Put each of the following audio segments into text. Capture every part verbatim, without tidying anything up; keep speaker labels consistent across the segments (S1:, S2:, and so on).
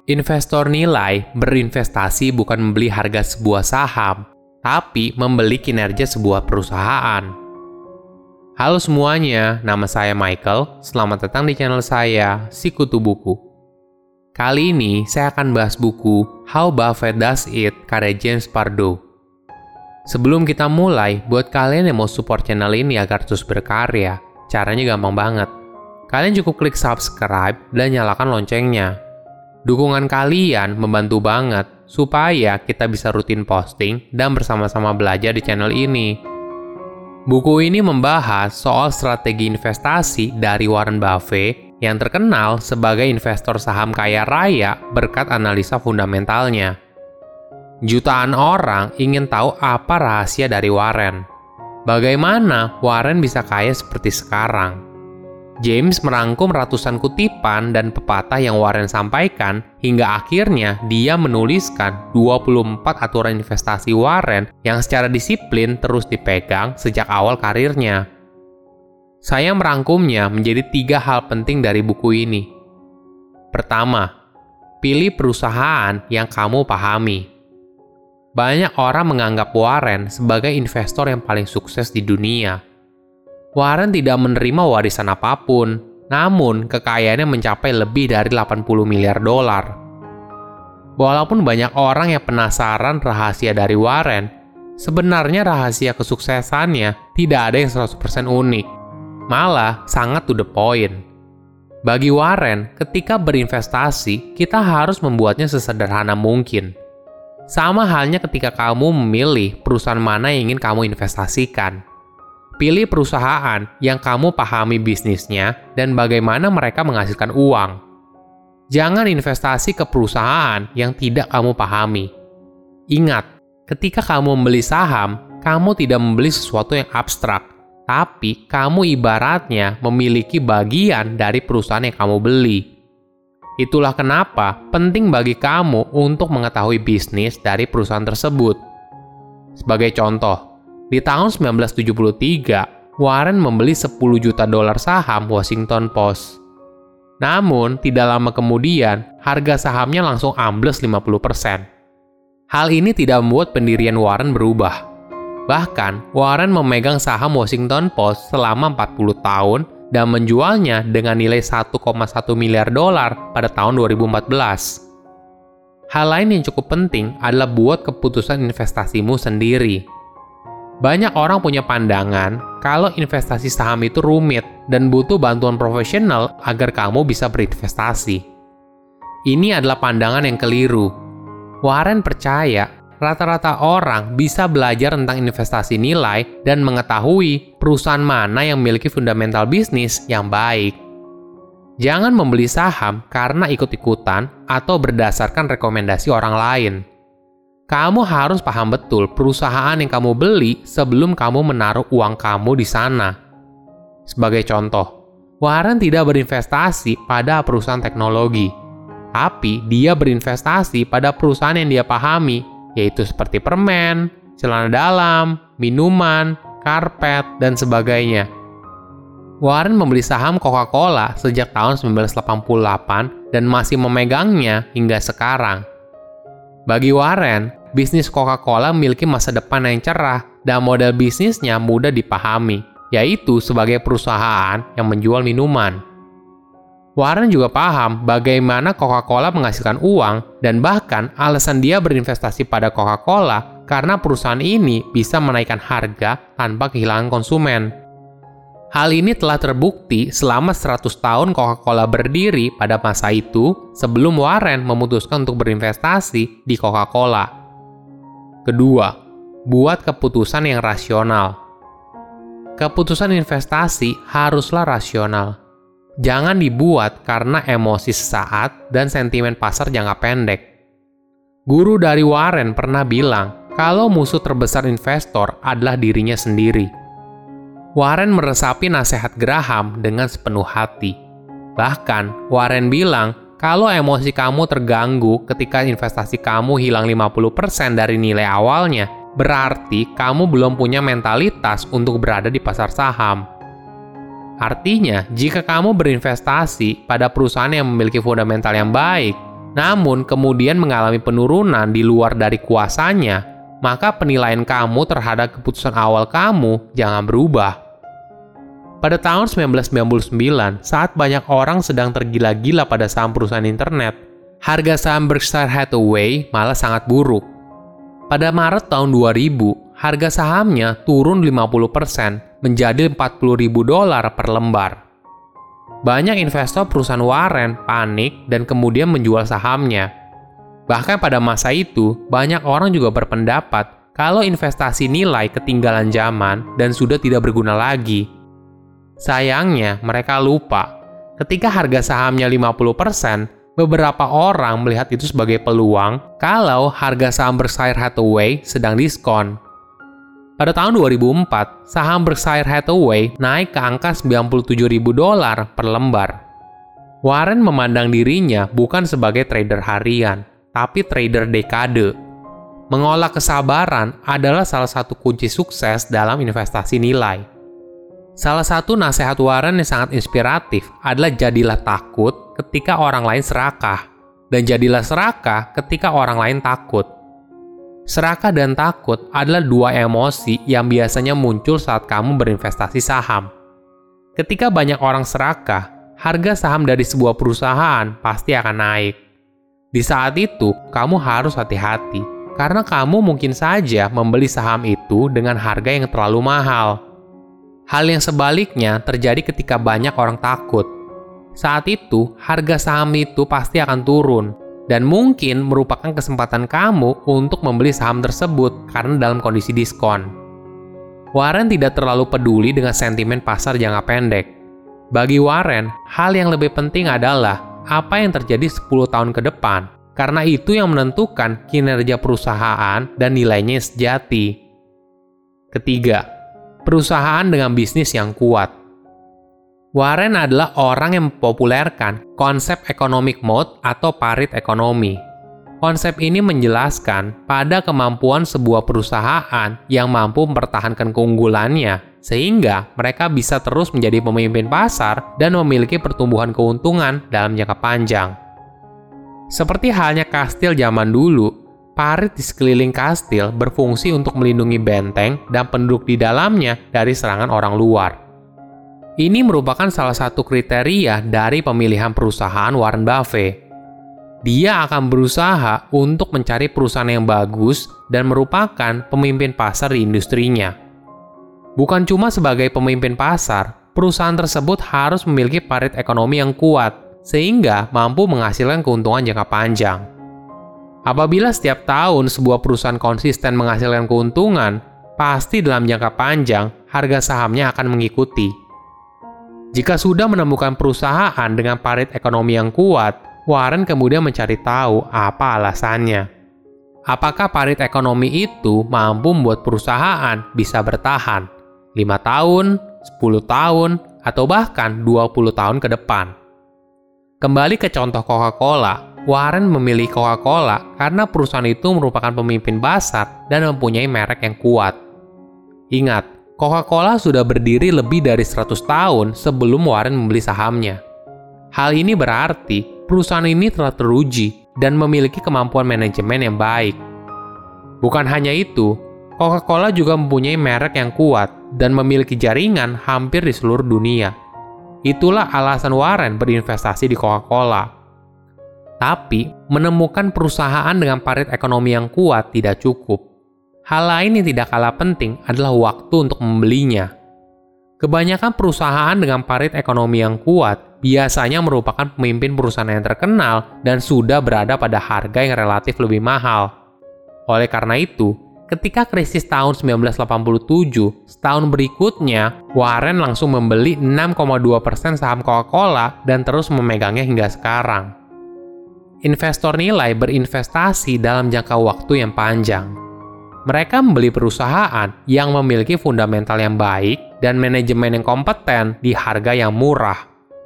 S1: Investor nilai berinvestasi bukan membeli harga sebuah saham, tapi membeli kinerja sebuah perusahaan. Halo semuanya, nama saya Michael. Selamat datang di channel saya, Sikutu Buku. Kali ini saya akan bahas buku How Buffett Does It, karya James Pardoe. Sebelum kita mulai, buat kalian yang mau support channel ini agar terus berkarya, caranya gampang banget. Kalian cukup klik subscribe dan nyalakan loncengnya. Dukungan kalian membantu banget supaya kita bisa rutin posting dan bersama-sama belajar di channel ini. Buku ini membahas soal strategi investasi dari Warren Buffett yang terkenal sebagai investor saham kaya raya berkat analisa fundamentalnya. Jutaan orang ingin tahu apa rahasia dari Warren. Bagaimana Warren bisa kaya seperti sekarang? James merangkum ratusan kutipan dan pepatah yang Warren sampaikan hingga akhirnya dia menuliskan dua puluh empat aturan investasi Warren yang secara disiplin terus dipegang sejak awal karirnya. Saya merangkumnya menjadi tiga hal penting dari buku ini. Pertama, pilih perusahaan yang kamu pahami. Banyak orang menganggap Warren sebagai investor yang paling sukses di dunia. Warren tidak menerima warisan apapun, namun kekayaannya mencapai lebih dari delapan puluh miliar dolar. Walaupun banyak orang yang penasaran rahasia dari Warren, sebenarnya rahasia kesuksesannya tidak ada yang seratus persen unik, malah sangat to the point. Bagi Warren, ketika berinvestasi, kita harus membuatnya sesederhana mungkin. Sama halnya ketika kamu memilih perusahaan mana yang ingin kamu investasikan. Pilih perusahaan yang kamu pahami bisnisnya dan bagaimana mereka menghasilkan uang. Jangan investasi ke perusahaan yang tidak kamu pahami. Ingat, ketika kamu membeli saham, kamu tidak membeli sesuatu yang abstrak, tapi kamu ibaratnya memiliki bagian dari perusahaan yang kamu beli. Itulah kenapa penting bagi kamu untuk mengetahui bisnis dari perusahaan tersebut. Sebagai contoh, di tahun sembilan belas tujuh puluh tiga, Warren membeli sepuluh juta dolar saham Washington Post. Namun, tidak lama kemudian, harga sahamnya langsung ambles lima puluh persen. Hal ini tidak membuat pendirian Warren berubah. Bahkan, Warren memegang saham Washington Post selama empat puluh tahun dan menjualnya dengan nilai satu koma satu miliar dolar pada tahun dua ribu empat belas. Hal lain yang cukup penting adalah buat keputusan investasimu sendiri. Banyak orang punya pandangan kalau investasi saham itu rumit dan butuh bantuan profesional agar kamu bisa berinvestasi. Ini adalah pandangan yang keliru. Warren percaya rata-rata orang bisa belajar tentang investasi nilai dan mengetahui perusahaan mana yang memiliki fundamental bisnis yang baik. Jangan membeli saham karena ikut-ikutan atau berdasarkan rekomendasi orang lain. Kamu harus paham betul perusahaan yang kamu beli sebelum kamu menaruh uang kamu di sana. Sebagai contoh, Warren tidak berinvestasi pada perusahaan teknologi, tapi dia berinvestasi pada perusahaan yang dia pahami, yaitu seperti permen, celana dalam, minuman, karpet, dan sebagainya. Warren membeli saham Coca-Cola sejak tahun sembilan belas delapan puluh delapan dan masih memegangnya hingga sekarang. Bagi Warren, bisnis Coca-Cola memiliki masa depan yang cerah dan model bisnisnya mudah dipahami, yaitu sebagai perusahaan yang menjual minuman. Warren juga paham bagaimana Coca-Cola menghasilkan uang dan bahkan alasan dia berinvestasi pada Coca-Cola karena perusahaan ini bisa menaikkan harga tanpa kehilangan konsumen. Hal ini telah terbukti selama seratus tahun Coca-Cola berdiri pada masa itu sebelum Warren memutuskan untuk berinvestasi di Coca-Cola. Kedua, buat keputusan yang rasional. Keputusan investasi haruslah rasional. Jangan dibuat karena emosi sesaat dan sentimen pasar jangka pendek. Guru dari Warren pernah bilang kalau musuh terbesar investor adalah dirinya sendiri. Warren meresapi nasihat Graham dengan sepenuh hati. Bahkan, Warren bilang kalau emosi kamu terganggu ketika investasi kamu hilang lima puluh persen dari nilai awalnya, berarti kamu belum punya mentalitas untuk berada di pasar saham. Artinya, jika kamu berinvestasi pada perusahaan yang memiliki fundamental yang baik, namun kemudian mengalami penurunan di luar dari kuasanya, maka penilaian kamu terhadap keputusan awal kamu jangan berubah. Pada tahun seribu sembilan ratus sembilan puluh sembilan, saat banyak orang sedang tergila-gila pada saham perusahaan internet, harga saham Berkshire Hathaway malah sangat buruk. Pada Maret tahun dua ribu, harga sahamnya turun lima puluh persen menjadi empat puluh ribu dolar per lembar. Banyak investor perusahaan Warren panik dan kemudian menjual sahamnya. Bahkan pada masa itu, banyak orang juga berpendapat kalau investasi nilai ketinggalan zaman dan sudah tidak berguna lagi. Sayangnya, mereka lupa. Ketika harga sahamnya lima puluh persen, beberapa orang melihat itu sebagai peluang kalau harga saham Berkshire Hathaway sedang diskon. Pada tahun dua ribu empat, saham Berkshire Hathaway naik ke angka sembilan puluh tujuh ribu dolar per lembar. Warren memandang dirinya bukan sebagai trader harian, tapi trader dekade. Mengolah kesabaran adalah salah satu kunci sukses dalam investasi nilai. Salah satu nasihat Warren yang sangat inspiratif adalah jadilah takut ketika orang lain serakah, dan jadilah serakah ketika orang lain takut. Serakah dan takut adalah dua emosi yang biasanya muncul saat kamu berinvestasi saham. Ketika banyak orang serakah, harga saham dari sebuah perusahaan pasti akan naik. Di saat itu, kamu harus hati-hati, karena kamu mungkin saja membeli saham itu dengan harga yang terlalu mahal. Hal yang sebaliknya terjadi ketika banyak orang takut. Saat itu, harga saham itu pasti akan turun, dan mungkin merupakan kesempatan kamu untuk membeli saham tersebut karena dalam kondisi diskon. Warren tidak terlalu peduli dengan sentimen pasar jangka pendek. Bagi Warren, hal yang lebih penting adalah apa yang terjadi sepuluh tahun ke depan, karena itu yang menentukan kinerja perusahaan dan nilainya sejati. Ketiga, perusahaan dengan bisnis yang kuat. Warren adalah orang yang mempopulerkan konsep economic mode atau parit ekonomi. Konsep ini menjelaskan pada kemampuan sebuah perusahaan yang mampu mempertahankan keunggulannya, sehingga mereka bisa terus menjadi pemimpin pasar dan memiliki pertumbuhan keuntungan dalam jangka panjang. Seperti halnya kastil zaman dulu, parit di sekeliling kastil berfungsi untuk melindungi benteng dan penduduk di dalamnya dari serangan orang luar. Ini merupakan salah satu kriteria dari pemilihan perusahaan Warren Buffett. Dia akan berusaha untuk mencari perusahaan yang bagus dan merupakan pemimpin pasar di industrinya. Bukan cuma sebagai pemimpin pasar, perusahaan tersebut harus memiliki parit ekonomi yang kuat, sehingga mampu menghasilkan keuntungan jangka panjang. Apabila setiap tahun sebuah perusahaan konsisten menghasilkan keuntungan, pasti dalam jangka panjang harga sahamnya akan mengikuti. Jika sudah menemukan perusahaan dengan parit ekonomi yang kuat, Warren kemudian mencari tahu apa alasannya. Apakah parit ekonomi itu mampu membuat perusahaan bisa bertahan lima tahun, sepuluh tahun, atau bahkan dua puluh tahun ke depan? Kembali ke contoh Coca-Cola, Warren memilih Coca-Cola karena perusahaan itu merupakan pemimpin pasar dan mempunyai merek yang kuat. Ingat, Coca-Cola sudah berdiri lebih dari seratus tahun sebelum Warren membeli sahamnya. Hal ini berarti perusahaan ini telah teruji dan memiliki kemampuan manajemen yang baik. Bukan hanya itu, Coca-Cola juga mempunyai merek yang kuat dan memiliki jaringan hampir di seluruh dunia. Itulah alasan Warren berinvestasi di Coca-Cola. Tapi, menemukan perusahaan dengan parit ekonomi yang kuat tidak cukup. Hal lain yang tidak kalah penting adalah waktu untuk membelinya. Kebanyakan perusahaan dengan parit ekonomi yang kuat biasanya merupakan pemimpin perusahaan yang terkenal dan sudah berada pada harga yang relatif lebih mahal. Oleh karena itu, ketika krisis tahun seribu sembilan ratus delapan puluh tujuh, setahun berikutnya, Warren langsung membeli enam koma dua persen saham Coca-Cola dan terus memegangnya hingga sekarang. Investor nilai berinvestasi dalam jangka waktu yang panjang. Mereka membeli perusahaan yang memiliki fundamental yang baik dan manajemen yang kompeten di harga yang murah.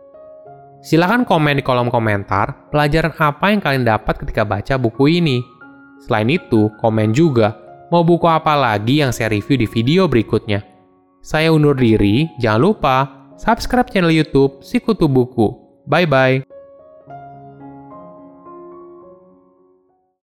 S1: Silakan komen di kolom komentar pelajaran apa yang kalian dapat ketika baca buku ini. Selain itu, komen juga mau buku apa lagi yang saya review di video berikutnya. Saya undur diri, jangan lupa subscribe channel YouTube Sikutu Buku. Bye-bye.